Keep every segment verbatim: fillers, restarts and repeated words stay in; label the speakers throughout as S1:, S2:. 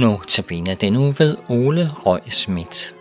S1: Notabene den uge ved Ole Røg Schmidt.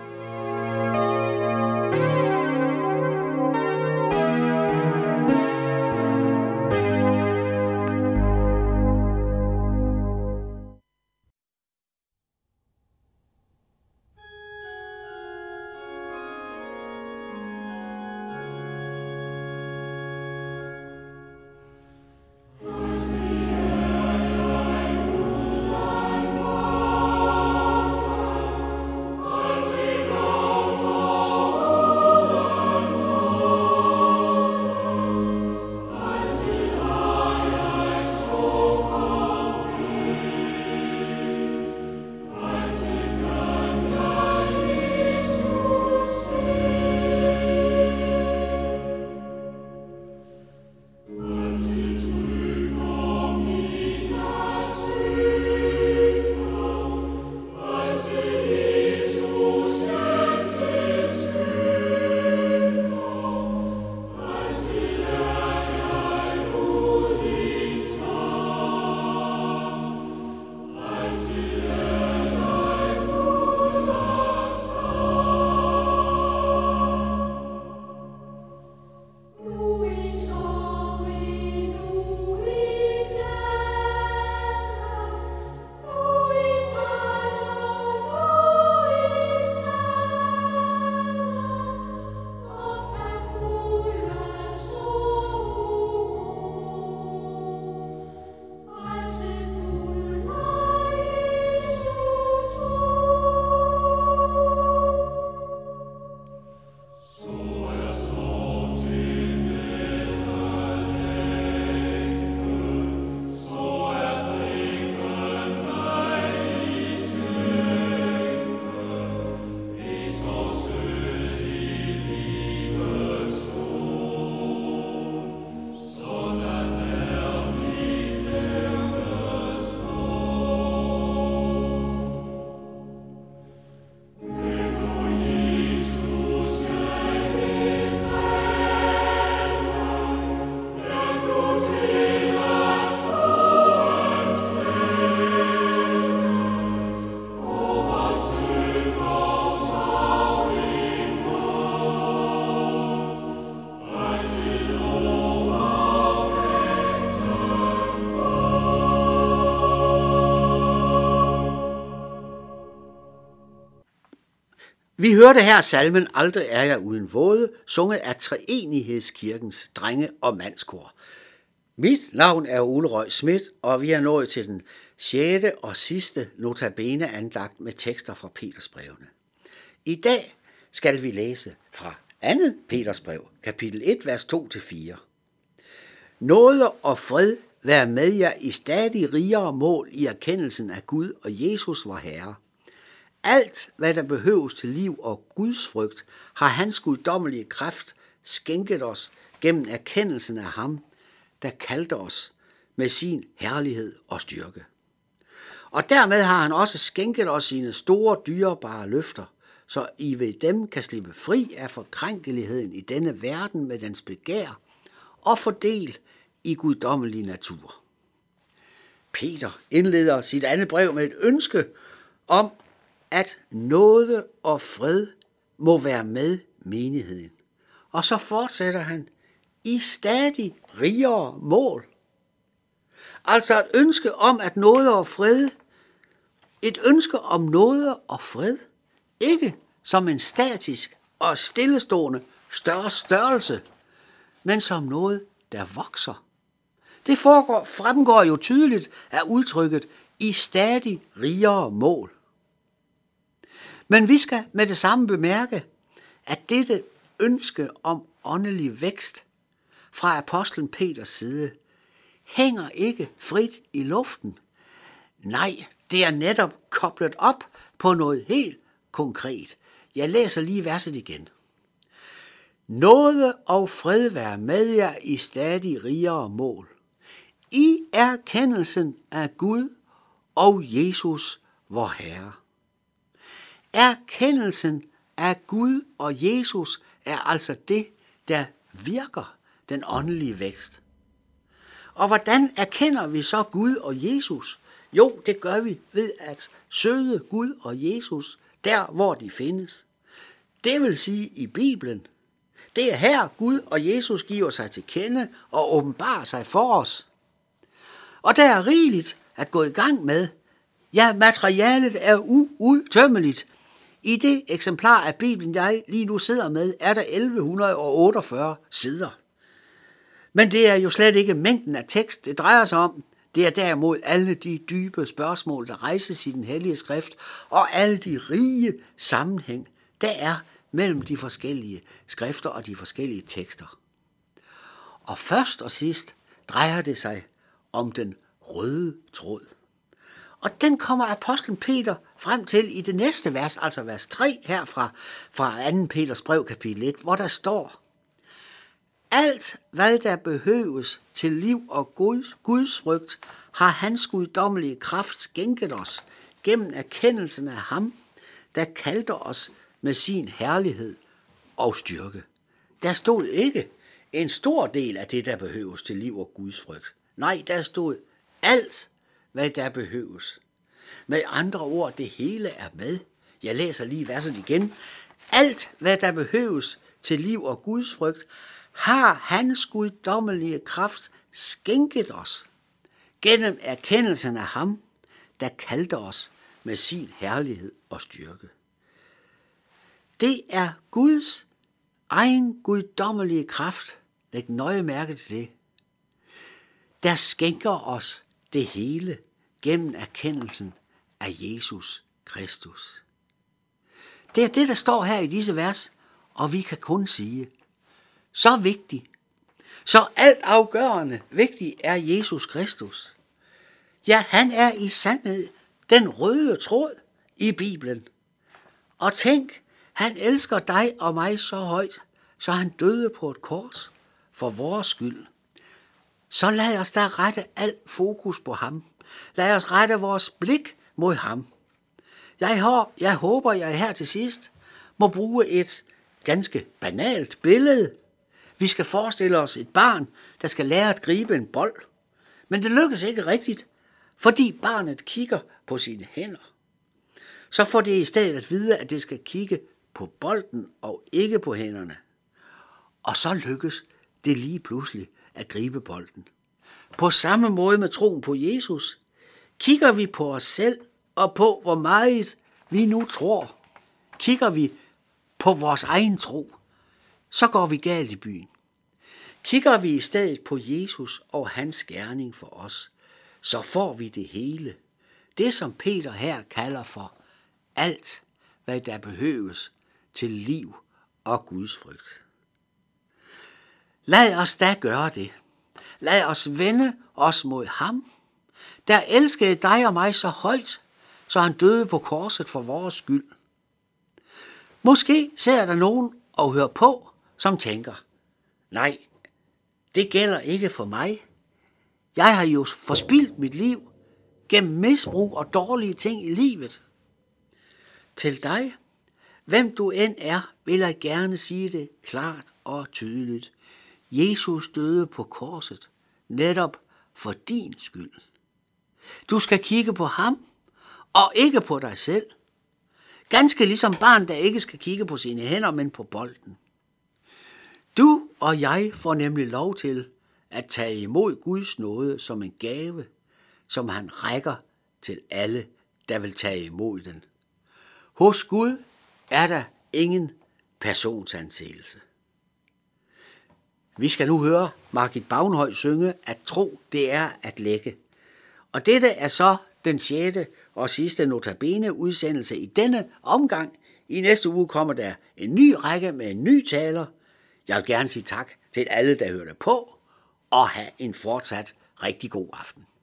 S2: Vi hørte her salmen Aldrig er jeg uden våde, sunget af Treenighedskirkens drenge- og mandskor. Mit navn er Ole Røg Schmidt, og vi er nået til den sjette og sidste notabene andagt med tekster fra Petersbrevene. I dag skal vi læse fra andet Petersbrev, kapitel et, vers to til fire. Nåde og fred være med jer i stadig rigere mål i erkendelsen af Gud og Jesus vor Herre. Alt, hvad der behøves til liv og Guds frygt, har hans guddommelige kraft skænket os gennem erkendelsen af ham, der kaldte os med sin herlighed og styrke. Og dermed har han også skænket os sine store, dyrebare løfter, så I ved dem kan slippe fri af forkrænkeligheden i denne verden med dens begær og få del i guddommelig natur. Peter indleder sit andet brev med et ønske om, at nåde og fred må være med menigheden. Og så fortsætter han i stadig rigere mål. Altså et ønske om, at nåde og fred, et ønske om nåde og fred, ikke som en statisk og stillestående større størrelse, men som noget, der vokser. Det foregår, fremgår jo tydeligt af udtrykket i stadig rigere mål. Men vi skal med det samme bemærke, at dette ønske om åndelig vækst fra apostlen Peters side hænger ikke frit i luften. Nej, det er netop koblet op på noget helt konkret. Jeg læser lige verset igen. Nåde og fred være med jer i stadig rigere mål. I erkendelsen af Gud og Jesus vor Herre. Erkendelsen af Gud og Jesus er altså det, der virker den åndelige vækst. Og hvordan erkender vi så Gud og Jesus? Jo, det gør vi ved at søge Gud og Jesus der, hvor de findes. Det vil sige i Bibelen. Det er her, Gud og Jesus giver sig til kende og åbenbarer sig for os. Og der er rigeligt at gå i gang med. Ja, materialet er uudtømmeligt. I det eksemplar af Bibelen, jeg lige nu sidder med, er der elleve otteogfyrre sider. Men det er jo slet ikke mængden af tekst, det drejer sig om. Det er derimod alle de dybe spørgsmål, der rejses i den hellige skrift, og alle de rige sammenhæng, der er mellem de forskellige skrifter og de forskellige tekster. Og først og sidst drejer det sig om den røde tråd. Og den kommer apostlen Peter frem til i det næste vers, altså vers tre herfra, fra anden Peters brev kapitel et, hvor der står: alt, hvad der behøves til liv og Guds, Guds frygt, har hans guddommelige kraft skænket os gennem erkendelsen af ham, der kaldte os med sin herlighed og styrke. Der stod ikke en stor del af det, der behøves til liv og Guds frygt. Nej, der stod alt, hvad der behøves. Med andre ord, det hele er med. Jeg læser lige verset igen. Alt, hvad der behøves til liv og Guds frygt, har hans guddommelige kraft skænket os gennem erkendelsen af ham, der kaldte os med sin herlighed og styrke. Det er Guds egen guddommelige kraft, læg nøje mærke til det, der skænker os det hele gennem erkendelsen af Jesus Kristus. Det er det, der står her i disse vers, og vi kan kun sige, så vigtig, så alt afgørende vigtig er Jesus Kristus. Ja, han er i sandhed den røde tråd i Bibelen. Og tænk, han elsker dig og mig så højt, så han døde på et kors for vores skyld. Så lad os da rette alt fokus på ham. Lad os rette vores blik mod ham. Jeg, har, jeg håber, jeg her til sidst må bruge et ganske banalt billede. Vi skal forestille os et barn, der skal lære at gribe en bold. Men det lykkes ikke rigtigt, fordi barnet kigger på sine hænder. Så får det i stedet at vide, at det skal kigge på bolden og ikke på hænderne. Og så lykkes det lige pludselig at gribe bolden. På samme måde med troen på Jesus, kigger vi på os selv og på, hvor meget vi nu tror. Kigger vi på vores egen tro, så går vi galt i byen. Kigger vi i stedet på Jesus og hans gerning for os, så får vi det hele. Det, som Peter her kalder for alt, hvad der behøves til liv og Guds frygt. Lad os da gøre det. Lad os vende os mod ham, der elskede dig og mig så højt, så han døde på korset for vores skyld. Måske ser der nogen og hører på, som tænker, nej, det gælder ikke for mig. Jeg har jo forspildt mit liv gennem misbrug og dårlige ting i livet. Til dig, hvem du end er, vil jeg gerne sige det klart og tydeligt. Jesus døde på korset, netop for din skyld. Du skal kigge på ham, og ikke på dig selv. Ganske ligesom barn, der ikke skal kigge på sine hænder, men på bolden. Du og jeg får nemlig lov til at tage imod Guds nåde som en gave, som han rækker til alle, der vil tage imod den. Hos Gud er der ingen personsanseelse. Vi skal nu høre Margit Bavnhøj synge, at tro, det er at lægge. Og dette er så den sjette og sidste notabene udsendelse i denne omgang. I næste uge kommer der en ny række med en ny taler. Jeg vil gerne sige tak til alle, der hørte på, og have en fortsat rigtig god aften.